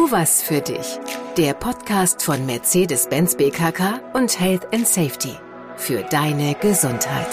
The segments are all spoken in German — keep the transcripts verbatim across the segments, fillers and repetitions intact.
Tu was für dich. Der Podcast von Mercedes-Benz B K K und Health and Safety. Für deine Gesundheit.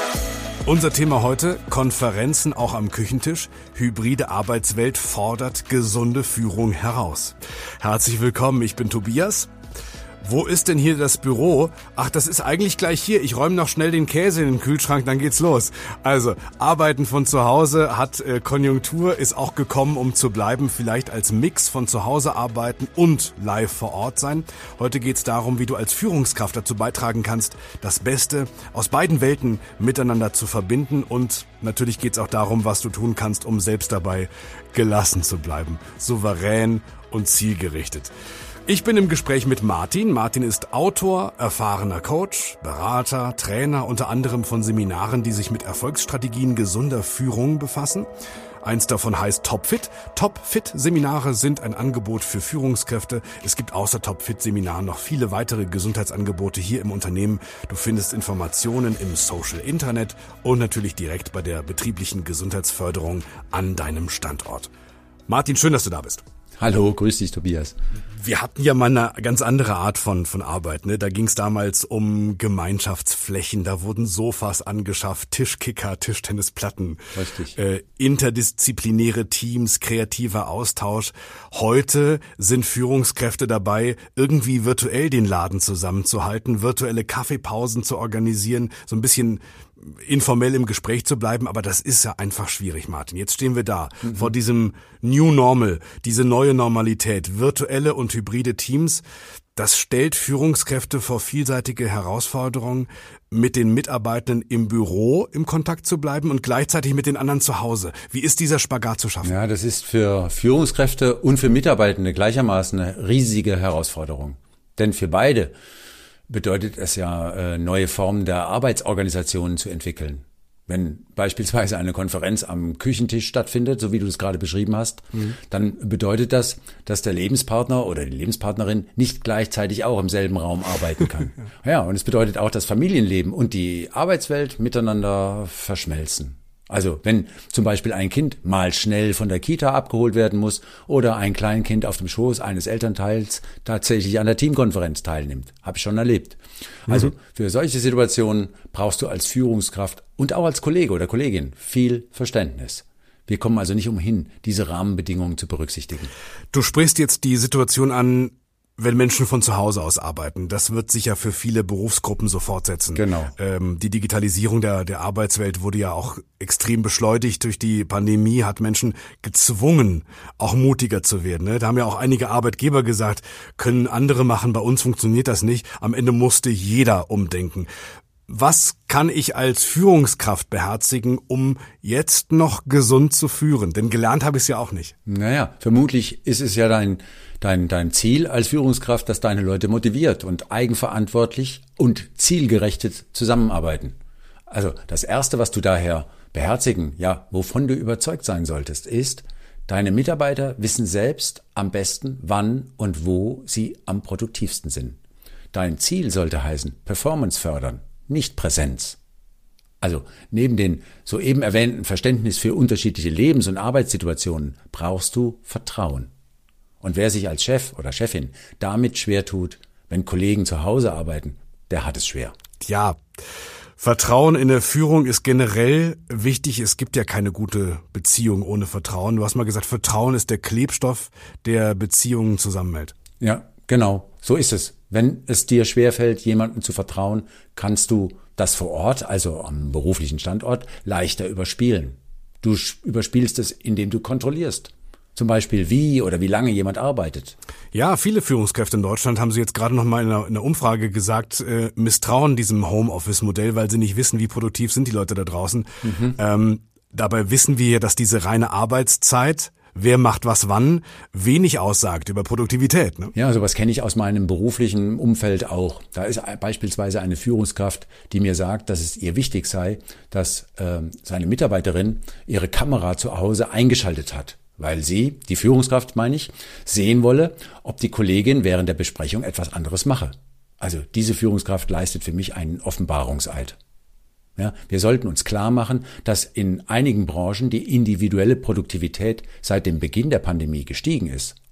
Unser Thema heute: Konferenzen auch am Küchentisch. Hybride Arbeitswelt fordert gesunde Führung heraus. Herzlich willkommen, ich bin Tobias. Wo ist denn hier das Büro? Ach, das ist eigentlich gleich hier. Ich räume noch schnell den Käse in den Kühlschrank, dann geht's los. Also, Arbeiten von zu Hause hat äh, Konjunktur, ist auch gekommen, um zu bleiben. Vielleicht als Mix von zu Hause arbeiten und live vor Ort sein. Heute geht's darum, wie du als Führungskraft dazu beitragen kannst, das Beste aus beiden Welten miteinander zu verbinden. Und natürlich geht's auch darum, was du tun kannst, um selbst dabei gelassen zu bleiben. Souverän und zielgerichtet. Ich bin im Gespräch mit Martin. Martin ist Autor, erfahrener Coach, Berater, Trainer, unter anderem von Seminaren, die sich mit Erfolgsstrategien gesunder Führung befassen. Eins davon heißt Topfit. Topfit-Seminare sind ein Angebot für Führungskräfte. Es gibt außer Topfit-Seminaren noch viele weitere Gesundheitsangebote hier im Unternehmen. Du findest Informationen im Social Internet und natürlich direkt bei der betrieblichen Gesundheitsförderung an deinem Standort. Martin, schön, dass du da bist. Hallo, grüß dich, Tobias. Wir hatten ja mal eine ganz andere Art von von Arbeit, ne? Da ging es damals um Gemeinschaftsflächen, da wurden Sofas angeschafft, Tischkicker, Tischtennisplatten. Richtig. Äh, interdisziplinäre Teams, kreativer Austausch. Heute sind Führungskräfte dabei, irgendwie virtuell den Laden zusammenzuhalten, virtuelle Kaffeepausen zu organisieren, so ein bisschen informell im Gespräch zu bleiben, aber das ist ja einfach schwierig, Martin. Jetzt stehen wir da, mhm. vor diesem New Normal, diese neue Normalität, virtuelle und hybride Teams. Das stellt Führungskräfte vor vielseitige Herausforderungen, mit den Mitarbeitenden im Büro im Kontakt zu bleiben und gleichzeitig mit den anderen zu Hause. Wie ist dieser Spagat zu schaffen? Ja, das ist für Führungskräfte und für Mitarbeitende gleichermaßen eine riesige Herausforderung. Denn für beide bedeutet es ja, neue Formen der Arbeitsorganisationen zu entwickeln. Wenn beispielsweise eine Konferenz am Küchentisch stattfindet, so wie du es gerade beschrieben hast, mhm. dann bedeutet das, dass der Lebenspartner oder die Lebenspartnerin nicht gleichzeitig auch im selben Raum arbeiten kann. Ja, und es bedeutet auch, dass Familienleben und die Arbeitswelt miteinander verschmelzen. Also wenn zum Beispiel ein Kind mal schnell von der Kita abgeholt werden muss oder ein Kleinkind auf dem Schoß eines Elternteils tatsächlich an der Teamkonferenz teilnimmt. Habe ich schon erlebt. Mhm. Also für solche Situationen brauchst du als Führungskraft und auch als Kollege oder Kollegin viel Verständnis. Wir kommen also nicht umhin, diese Rahmenbedingungen zu berücksichtigen. Du sprichst jetzt die Situation an, wenn Menschen von zu Hause aus arbeiten. Das wird sich ja für viele Berufsgruppen so fortsetzen. Genau. Ähm, die Digitalisierung der, der Arbeitswelt wurde ja auch extrem beschleunigt. Durch die Pandemie hat Menschen gezwungen, auch mutiger zu werden. Ne? Da haben ja auch einige Arbeitgeber gesagt, können andere machen, bei uns funktioniert das nicht. Am Ende musste jeder umdenken. Was kann ich als Führungskraft beherzigen, um jetzt noch gesund zu führen? Denn gelernt habe ich es ja auch nicht. Naja, vermutlich ist es ja dein, dein, dein Ziel als Führungskraft, dass deine Leute motiviert und eigenverantwortlich und zielgerichtet zusammenarbeiten. Also das Erste, was du daher beherzigen, ja, wovon du überzeugt sein solltest, ist, deine Mitarbeiter wissen selbst am besten, wann und wo sie am produktivsten sind. Dein Ziel sollte heißen, Performance fördern. Nicht Präsenz. Also neben den soeben erwähnten Verständnis für unterschiedliche Lebens- und Arbeitssituationen brauchst du Vertrauen. Und wer sich als Chef oder Chefin damit schwer tut, wenn Kollegen zu Hause arbeiten, der hat es schwer. Ja, Vertrauen in der Führung ist generell wichtig. Es gibt ja keine gute Beziehung ohne Vertrauen. Du hast mal gesagt, Vertrauen ist der Klebstoff, der Beziehungen zusammenhält. Ja, genau. So ist es. Wenn es dir schwerfällt, jemandem zu vertrauen, kannst du das vor Ort, also am beruflichen Standort, leichter überspielen. Du überspielst es, indem du kontrollierst. Zum Beispiel, wie oder wie lange jemand arbeitet. Ja, viele Führungskräfte in Deutschland haben sie jetzt gerade noch mal in einer, in einer Umfrage gesagt, äh, misstrauen diesem Homeoffice-Modell, weil sie nicht wissen, wie produktiv sind die Leute da draußen. Mhm. Ähm, dabei wissen wir, dass diese reine Arbeitszeit, wer macht was wann, wenig aussagt über Produktivität. Ne? Ja, sowas kenne ich aus meinem beruflichen Umfeld auch. Da ist beispielsweise eine Führungskraft, die mir sagt, dass es ihr wichtig sei, dass äh, seine Mitarbeiterin ihre Kamera zu Hause eingeschaltet hat, weil sie, die Führungskraft meine ich, sehen wolle, ob die Kollegin während der Besprechung etwas anderes mache. Also diese Führungskraft leistet für mich einen Offenbarungseid. Ja, wir sollten uns klar machen, dass in einigen Branchen die individuelle Produktivität seit dem Beginn der Pandemie gestiegen ist.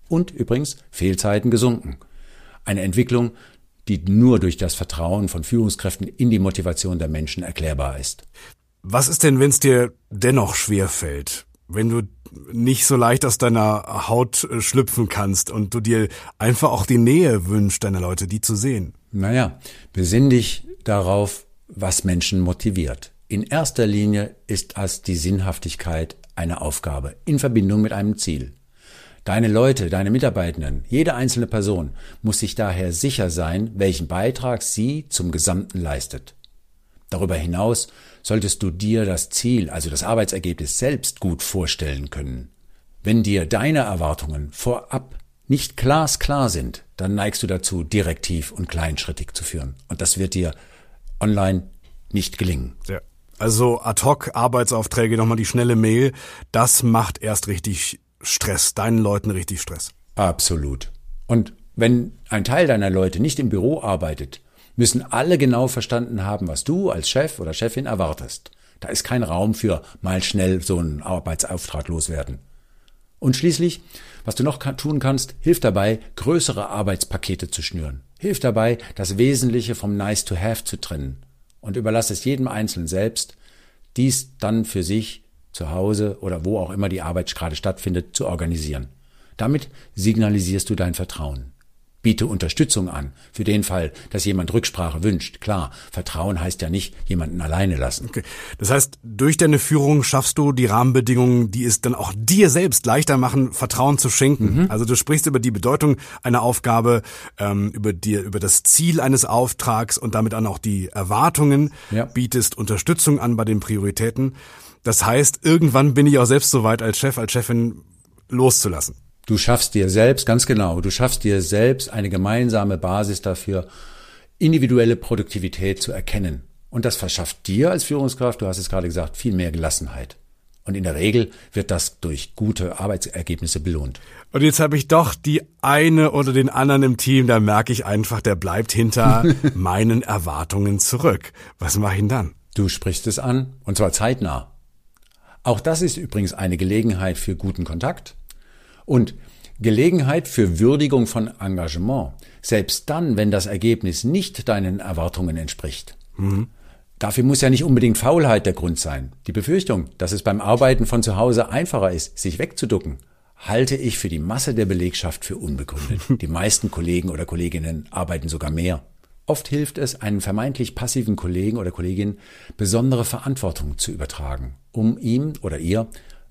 Und übrigens Fehlzeiten gesunken. Eine Entwicklung, die nur durch das Vertrauen von Führungskräften in die Motivation der Menschen erklärbar ist. Was ist denn, wenn es dir dennoch schwerfällt? Wenn du nicht so leicht aus deiner Haut schlüpfen kannst und du dir einfach auch die Nähe wünschst, deiner Leute, die zu sehen? Naja, besinn dich darauf, was Menschen motiviert. In erster Linie ist das die Sinnhaftigkeit einer Aufgabe in Verbindung mit einem Ziel. Deine Leute, deine Mitarbeitenden, jede einzelne Person muss sich daher sicher sein, welchen Beitrag sie zum Gesamten leistet. Darüber hinaus solltest du dir das Ziel, also das Arbeitsergebnis selbst gut vorstellen können. Wenn dir deine Erwartungen vorab nicht glasklar sind, dann neigst du dazu, direktiv und kleinschrittig zu führen. Und das wird dir online nicht gelingen. Ja. Also Ad-hoc-Arbeitsaufträge, nochmal die schnelle Mail, das macht erst richtig Stress, deinen Leuten richtig Stress. Absolut. Und wenn ein Teil deiner Leute nicht im Büro arbeitet, müssen alle genau verstanden haben, was du als Chef oder Chefin erwartest. Da ist kein Raum für mal schnell so einen Arbeitsauftrag loswerden. Und schließlich, was du noch tun kannst, hilf dabei, größere Arbeitspakete zu schnüren. Hilf dabei, das Wesentliche vom Nice to Have zu trennen. Und überlass es jedem Einzelnen selbst, dies dann für sich zu Hause oder wo auch immer die Arbeit gerade stattfindet, zu organisieren. Damit signalisierst du dein Vertrauen. Biete Unterstützung an, für den Fall, dass jemand Rücksprache wünscht. Klar, Vertrauen heißt ja nicht, jemanden alleine lassen. Okay. Das heißt, durch deine Führung schaffst du die Rahmenbedingungen, die es dann auch dir selbst leichter machen, Vertrauen zu schenken. Mhm. Also du sprichst über die Bedeutung einer Aufgabe, ähm, über die, über das Ziel eines Auftrags und damit dann auch die Erwartungen, ja. Bietest Unterstützung an bei den Prioritäten. Das heißt, irgendwann bin ich auch selbst so weit als Chef, als Chefin loszulassen. Du schaffst dir selbst, ganz genau, du schaffst dir selbst eine gemeinsame Basis dafür, individuelle Produktivität zu erkennen. Und das verschafft dir als Führungskraft, du hast es gerade gesagt, viel mehr Gelassenheit. Und in der Regel wird das durch gute Arbeitsergebnisse belohnt. Und jetzt habe ich doch die eine oder den anderen im Team, da merke ich einfach, der bleibt hinter meinen Erwartungen zurück. Was mache ich denn dann? Du sprichst es an, und zwar zeitnah. Auch das ist übrigens eine Gelegenheit für guten Kontakt. Und Gelegenheit für Würdigung von Engagement, selbst dann, wenn das Ergebnis nicht deinen Erwartungen entspricht. Mhm. Dafür muss ja nicht unbedingt Faulheit der Grund sein. Die Befürchtung, dass es beim Arbeiten von zu Hause einfacher ist, sich wegzuducken, halte ich für die Masse der Belegschaft für unbegründet. Die meisten Kollegen oder Kolleginnen arbeiten sogar mehr. Oft hilft es, einen vermeintlich passiven Kollegen oder Kollegin besondere Verantwortung zu übertragen, um ihm oder ihr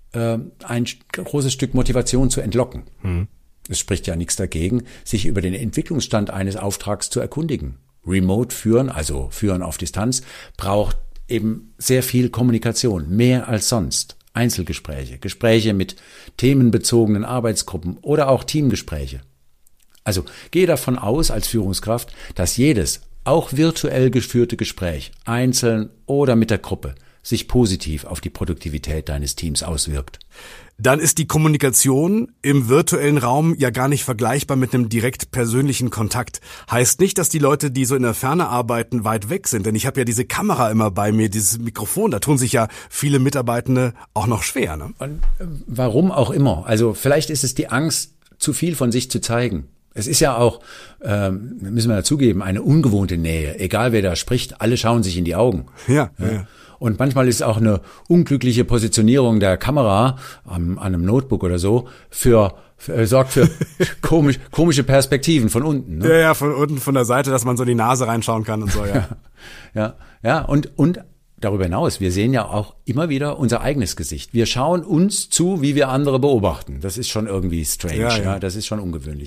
ein großes Stück Motivation zu entlocken. Hm. Es spricht ja nichts dagegen, sich über den Entwicklungsstand eines Auftrags zu erkundigen. Remote führen, also führen auf Distanz, braucht eben sehr viel Kommunikation, mehr als sonst. Einzelgespräche, Gespräche mit themenbezogenen Arbeitsgruppen oder auch Teamgespräche. Also gehe davon aus als Führungskraft, dass jedes, auch virtuell geführte Gespräch, einzeln oder mit der Gruppe, sich positiv auf die Produktivität deines Teams auswirkt. Dann ist die Kommunikation im virtuellen Raum ja gar nicht vergleichbar mit einem direkt persönlichen Kontakt. Heißt nicht, dass die Leute, die so in der Ferne arbeiten, weit weg sind. Denn ich habe ja diese Kamera immer bei mir, dieses Mikrofon. Da tun sich ja viele Mitarbeitende auch noch schwer. Ne? Und warum auch immer. Also vielleicht ist es die Angst, zu viel von sich zu zeigen. Es ist ja auch, ähm, müssen wir ja zugeben, eine ungewohnte Nähe. Egal wer da spricht, alle schauen sich in die Augen. Ja, ja. ja. Und manchmal ist auch eine unglückliche Positionierung der Kamera an, an einem Notebook oder so für, für sorgt für komisch, komische Perspektiven von unten. Ne? Ja, ja, von unten, von der Seite, dass man so in die Nase reinschauen kann und so, ja. ja, ja, und, und darüber hinaus, wir sehen ja auch immer wieder unser eigenes Gesicht. Wir schauen uns zu, wie wir andere beobachten. Das ist schon irgendwie strange, ja, ja. ja das ist schon ungewöhnlich.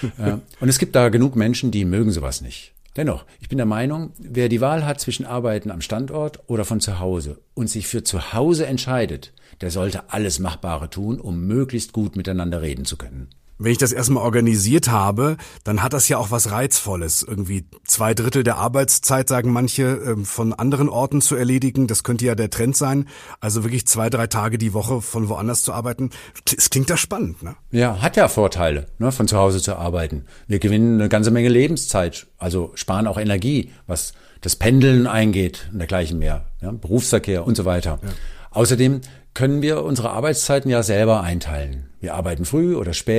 Und es gibt da genug Menschen, die mögen sowas nicht. Dennoch, ich bin der Meinung, wer die Wahl hat zwischen Arbeiten am Standort oder von zu Hause und sich für zu Hause entscheidet, der sollte alles Machbare tun, um möglichst gut miteinander reden zu können. Wenn ich das erstmal organisiert habe, dann hat das ja auch was Reizvolles. Irgendwie zwei Drittel der Arbeitszeit, sagen manche, von anderen Orten zu erledigen. Das könnte ja der Trend sein. Also wirklich zwei, drei Tage die Woche von woanders zu arbeiten. Es klingt ja spannend, ne? Ja, hat ja Vorteile, ne, von zu Hause zu arbeiten. Wir gewinnen eine ganze Menge Lebenszeit, also sparen auch Energie, was das Pendeln eingeht und dergleichen mehr, ja, Berufsverkehr und so weiter. Ja. Außerdem können wir unsere Arbeitszeiten ja selber einteilen. Wir arbeiten früh oder spät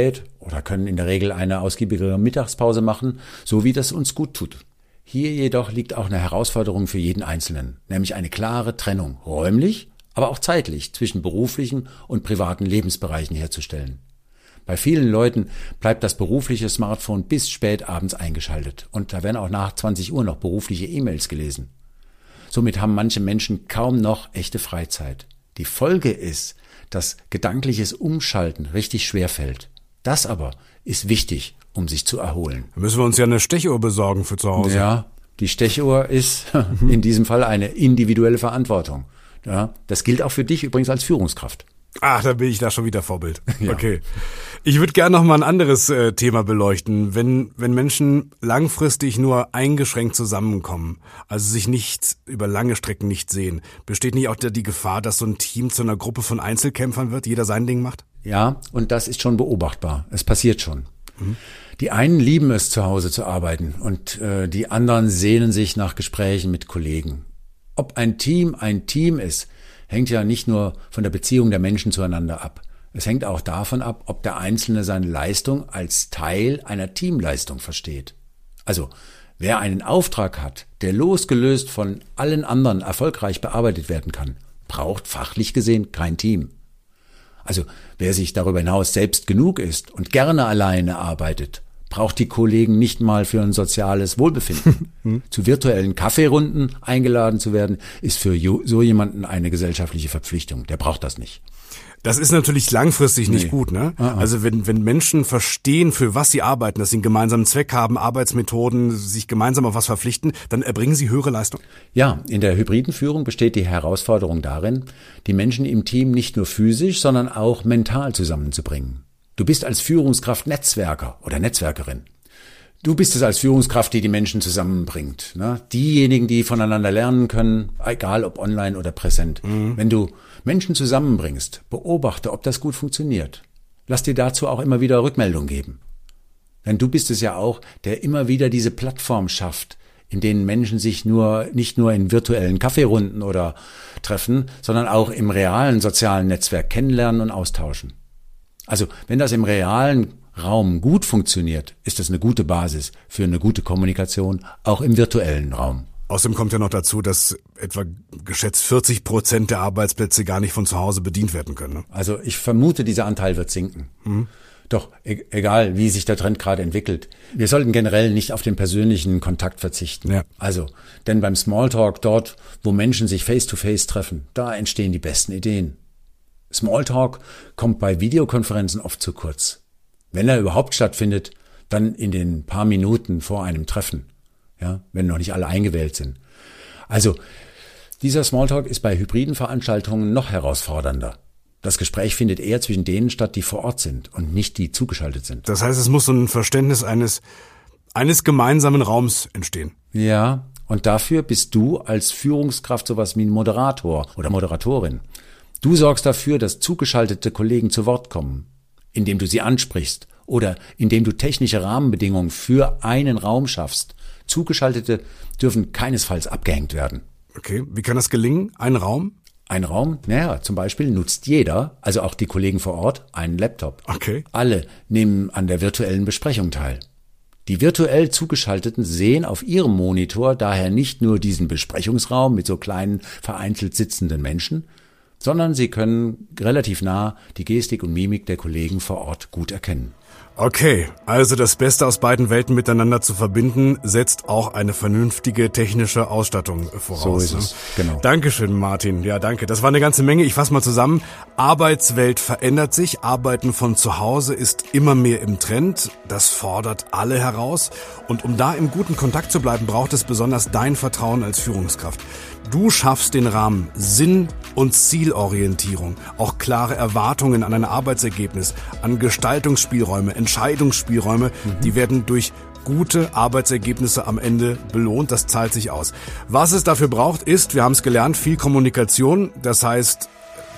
oder können in der Regel eine ausgiebigere Mittagspause machen, so wie das uns gut tut. Hier jedoch liegt auch eine Herausforderung für jeden Einzelnen, nämlich eine klare Trennung, räumlich, aber auch zeitlich, zwischen beruflichen und privaten Lebensbereichen herzustellen. Bei vielen Leuten bleibt das berufliche Smartphone bis spät abends eingeschaltet und da werden auch nach zwanzig Uhr noch berufliche E-Mails gelesen. Somit haben manche Menschen kaum noch echte Freizeit. Die Folge ist, dass gedankliches Umschalten richtig schwer fällt. Das aber ist wichtig, um sich zu erholen. Da müssen wir uns ja eine Stechuhr besorgen für zu Hause. Ja, die Stechuhr ist in diesem Fall eine individuelle Verantwortung. Ja, das gilt auch für dich übrigens als Führungskraft. Ach, da bin ich da schon wieder Vorbild. Ja. Okay. Ich würde gerne noch mal ein anderes äh, Thema beleuchten. Wenn, wenn Menschen langfristig nur eingeschränkt zusammenkommen, also sich nicht über lange Strecken nicht sehen, besteht nicht auch die Gefahr, dass so ein Team zu einer Gruppe von Einzelkämpfern wird, jeder sein Ding macht? Ja, und das ist schon beobachtbar. Es passiert schon. Mhm. Die einen lieben es, zu Hause zu arbeiten und äh, die anderen sehnen sich nach Gesprächen mit Kollegen. Ob ein Team ein Team ist, hängt ja nicht nur von der Beziehung der Menschen zueinander ab. Es hängt auch davon ab, ob der Einzelne seine Leistung als Teil einer Teamleistung versteht. Also, wer einen Auftrag hat, der losgelöst von allen anderen erfolgreich bearbeitet werden kann, braucht fachlich gesehen kein Team. Also, wer sich darüber hinaus selbst genug ist und gerne alleine arbeitet, braucht die Kollegen nicht mal für ein soziales Wohlbefinden. Zu virtuellen Kaffeerunden eingeladen zu werden, ist für so jemanden eine gesellschaftliche Verpflichtung. Der braucht das nicht. Das ist natürlich langfristig nicht Nee. gut, ne? Ah, ah. Also wenn, wenn Menschen verstehen, für was sie arbeiten, dass sie einen gemeinsamen Zweck haben, Arbeitsmethoden, sich gemeinsam auf was verpflichten, dann erbringen sie höhere Leistung. Ja, in der hybriden Führung besteht die Herausforderung darin, die Menschen im Team nicht nur physisch, sondern auch mental zusammenzubringen. Du bist als Führungskraft Netzwerker oder Netzwerkerin. Du bist es als Führungskraft, die die Menschen zusammenbringt. Ne? Diejenigen, die voneinander lernen können, egal ob online oder präsent. Mhm. Wenn du Menschen zusammenbringst, beobachte, ob das gut funktioniert. Lass dir dazu auch immer wieder Rückmeldung geben. Denn du bist es ja auch, der immer wieder diese Plattform schafft, in denen Menschen sich nur nicht nur in virtuellen Kaffeerunden oder treffen, sondern auch im realen sozialen Netzwerk kennenlernen und austauschen. Also, wenn das im realen Raum gut funktioniert, ist das eine gute Basis für eine gute Kommunikation, auch im virtuellen Raum. Außerdem kommt ja noch dazu, dass etwa geschätzt vierzig Prozent der Arbeitsplätze gar nicht von zu Hause bedient werden können. Ne? Also ich vermute, dieser Anteil wird sinken. Mhm. Doch e- egal, wie sich der Trend gerade entwickelt, wir sollten generell nicht auf den persönlichen Kontakt verzichten. Ja. Also, denn beim Smalltalk, dort, wo Menschen sich face-to-face treffen, da entstehen die besten Ideen. Smalltalk kommt bei Videokonferenzen oft zu kurz. Wenn er überhaupt stattfindet, dann in den paar Minuten vor einem Treffen, ja, wenn noch nicht alle eingewählt sind. Also, dieser Smalltalk ist bei hybriden Veranstaltungen noch herausfordernder. Das Gespräch findet eher zwischen denen statt, die vor Ort sind und nicht die zugeschaltet sind. Das heißt, es muss so ein Verständnis eines, eines gemeinsamen Raums entstehen. Ja, und dafür bist du als Führungskraft sowas wie ein Moderator oder Moderatorin. Du sorgst dafür, dass zugeschaltete Kollegen zu Wort kommen, indem du sie ansprichst oder indem du technische Rahmenbedingungen für einen Raum schaffst. Zugeschaltete dürfen keinesfalls abgehängt werden. Okay, wie kann das gelingen? Ein Raum? Ein Raum, naja, zum Beispiel nutzt jeder, also auch die Kollegen vor Ort, einen Laptop. Okay. Alle nehmen an der virtuellen Besprechung teil. Die virtuell Zugeschalteten sehen auf ihrem Monitor daher nicht nur diesen Besprechungsraum mit so kleinen, vereinzelt sitzenden Menschen, sondern sie können relativ nah die Gestik und Mimik der Kollegen vor Ort gut erkennen. Okay, also das Beste aus beiden Welten miteinander zu verbinden, setzt auch eine vernünftige technische Ausstattung voraus. So ist es, genau. Dankeschön, Martin. Ja, danke. Das war eine ganze Menge. Ich fasse mal zusammen. Arbeitswelt verändert sich. Arbeiten von zu Hause ist immer mehr im Trend. Das fordert alle heraus. Und um da im guten Kontakt zu bleiben, braucht es besonders dein Vertrauen als Führungskraft. Du schaffst den Rahmen, Sinn und Zielorientierung, auch klare Erwartungen an ein Arbeitsergebnis, an Gestaltungsspielräume, Entscheidungsspielräume, mhm. die werden durch gute Arbeitsergebnisse am Ende belohnt. Das zahlt sich aus. Was es dafür braucht, ist, wir haben es gelernt, viel Kommunikation. Das heißt,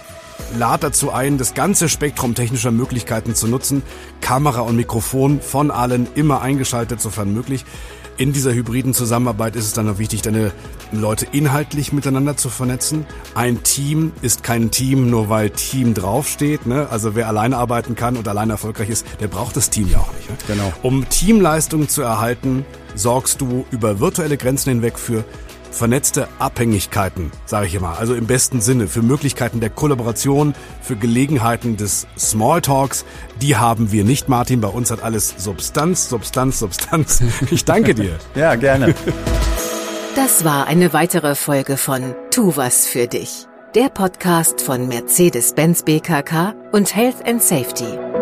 lad dazu ein, das ganze Spektrum technischer Möglichkeiten zu nutzen. Kamera und Mikrofon von allen immer eingeschaltet, sofern möglich. In dieser hybriden Zusammenarbeit ist es dann noch wichtig, deine Leute inhaltlich miteinander zu vernetzen. Ein Team ist kein Team, nur weil Team draufsteht. Ne? Also wer alleine arbeiten kann und alleine erfolgreich ist, der braucht das Team ja auch nicht. Ne? Genau. Um Teamleistung zu erhalten, sorgst du über virtuelle Grenzen hinweg für vernetzte Abhängigkeiten, sage ich immer, also im besten Sinne, für Möglichkeiten der Kollaboration, für Gelegenheiten des Smalltalks. Die haben wir nicht, Martin. Bei uns hat alles Substanz, Substanz, Substanz. Ich danke dir. Ja, gerne. Das war eine weitere Folge von Tu was für dich, der Podcast von Mercedes-Benz B K K und Health and Safety.